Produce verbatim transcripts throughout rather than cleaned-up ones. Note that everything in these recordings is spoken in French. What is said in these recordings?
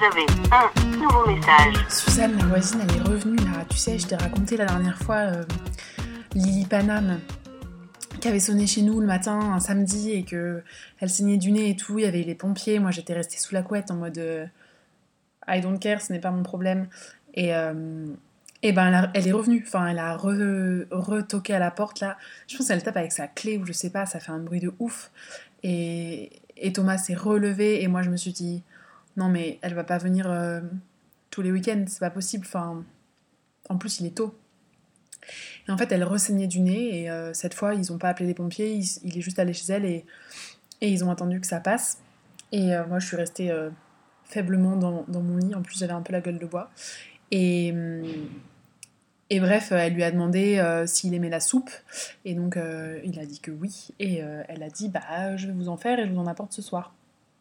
avez un nouveau message. Suzanne, la voisine, elle est revenue là. Tu sais, je t'ai raconté la dernière fois euh, Lily Paname qui avait sonné chez nous le matin, un samedi, et que elle saignait du nez et tout. Il y avait les pompiers. Moi, j'étais restée sous la couette en mode euh, I don't care, ce n'est pas mon problème. Et, euh, et ben, elle, a, elle est revenue. Enfin, elle a re, retoqué à la porte là. Je pense qu'elle tape avec sa clé ou je sais pas. Ça fait un bruit de ouf. Et, et Thomas s'est relevé et moi, je me suis dit non mais elle va pas venir euh, tous les week-ends, c'est pas possible, enfin, en plus il est tôt. Et en fait elle ressaignait du nez et euh, cette fois ils ont pas appelé les pompiers, il, il est juste allé chez elle et, et ils ont attendu que ça passe. Et euh, moi je suis restée euh, faiblement dans, dans mon lit, en plus j'avais un peu la gueule de bois. Et, et bref, elle lui a demandé euh, s'il aimait la soupe et donc euh, il a dit que oui et euh, elle a dit bah je vais vous en faire et je vous en apporte ce soir.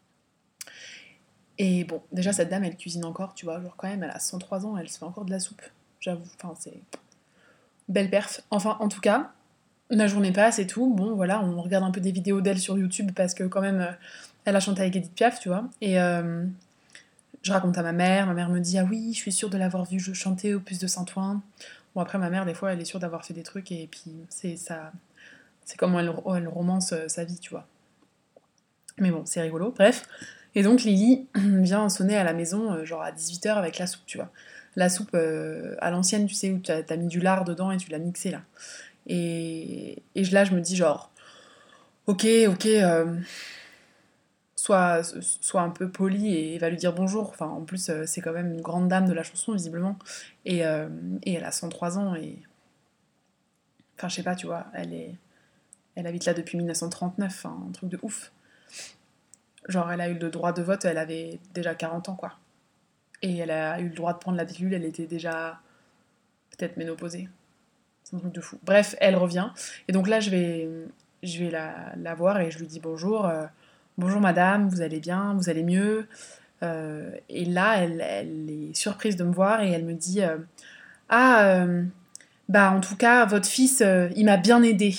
Et bon, déjà cette dame elle cuisine encore, tu vois, genre quand même elle a cent trois ans, elle se fait encore de la soupe, j'avoue, enfin c'est belle perf. Enfin en tout cas, la journée passe et tout, bon voilà, on regarde un peu des vidéos d'elle sur YouTube parce que quand même euh, elle a chanté avec Edith Piaf, tu vois, et euh, je raconte à ma mère, ma mère me dit ah oui, je suis sûre de l'avoir vue chanter au Puce de Saint-Ouen. Bon après ma mère des fois elle est sûre d'avoir fait des trucs et puis c'est ça, c'est comment elle, elle romance euh, sa vie, tu vois. Mais bon, c'est rigolo, bref. Et donc Lily vient sonner à la maison, euh, genre à dix-huit heures avec la soupe, tu vois. La soupe euh, à l'ancienne, tu sais, où t'as, t'as mis du lard dedans et tu l'as mixé, là. Et, et là, je me dis genre, ok, ok, euh, sois, sois un peu poli et va lui dire bonjour. Enfin, en plus, euh, c'est quand même une grande dame de la chanson, visiblement. Et, euh, et elle a cent trois ans et... Enfin, je sais pas, tu vois, elle est... Elle habite là depuis dix-neuf cent trente-neuf, enfin, un truc de ouf. Genre, elle a eu le droit de vote, elle avait déjà quarante ans, quoi. Et elle a eu le droit de prendre la pilule, elle était déjà peut-être ménopausée. C'est un truc de fou. Bref, elle revient. Et donc là, je vais, je vais la, la voir et je lui dis bonjour. Euh, bonjour madame, vous allez bien, vous allez mieux. Euh, et là, elle, elle est surprise de me voir et elle me dit euh, ah, euh, bah en tout cas, votre fils, euh, il m'a bien aidé.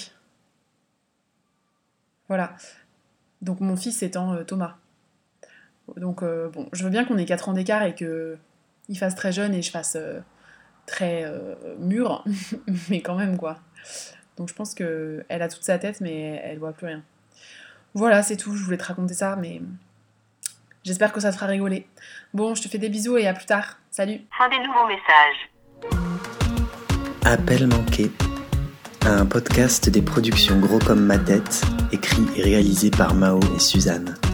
Voilà. Donc mon fils étant euh, Thomas. Donc euh, bon, je veux bien qu'on ait quatre ans d'écart et qu'il fasse très jeune et je fasse euh, très euh, mûr, mais quand même quoi. Donc je pense qu'elle a toute sa tête mais elle voit plus rien. Voilà, c'est tout, je voulais te raconter ça, mais j'espère que ça te fera rigoler. Bon, je te fais des bisous et à plus tard. Salut. Fin des nouveaux messages. Appel manqué. Un podcast des productions Gros comme ma tête, écrit et réalisé par Mao et Suzanne.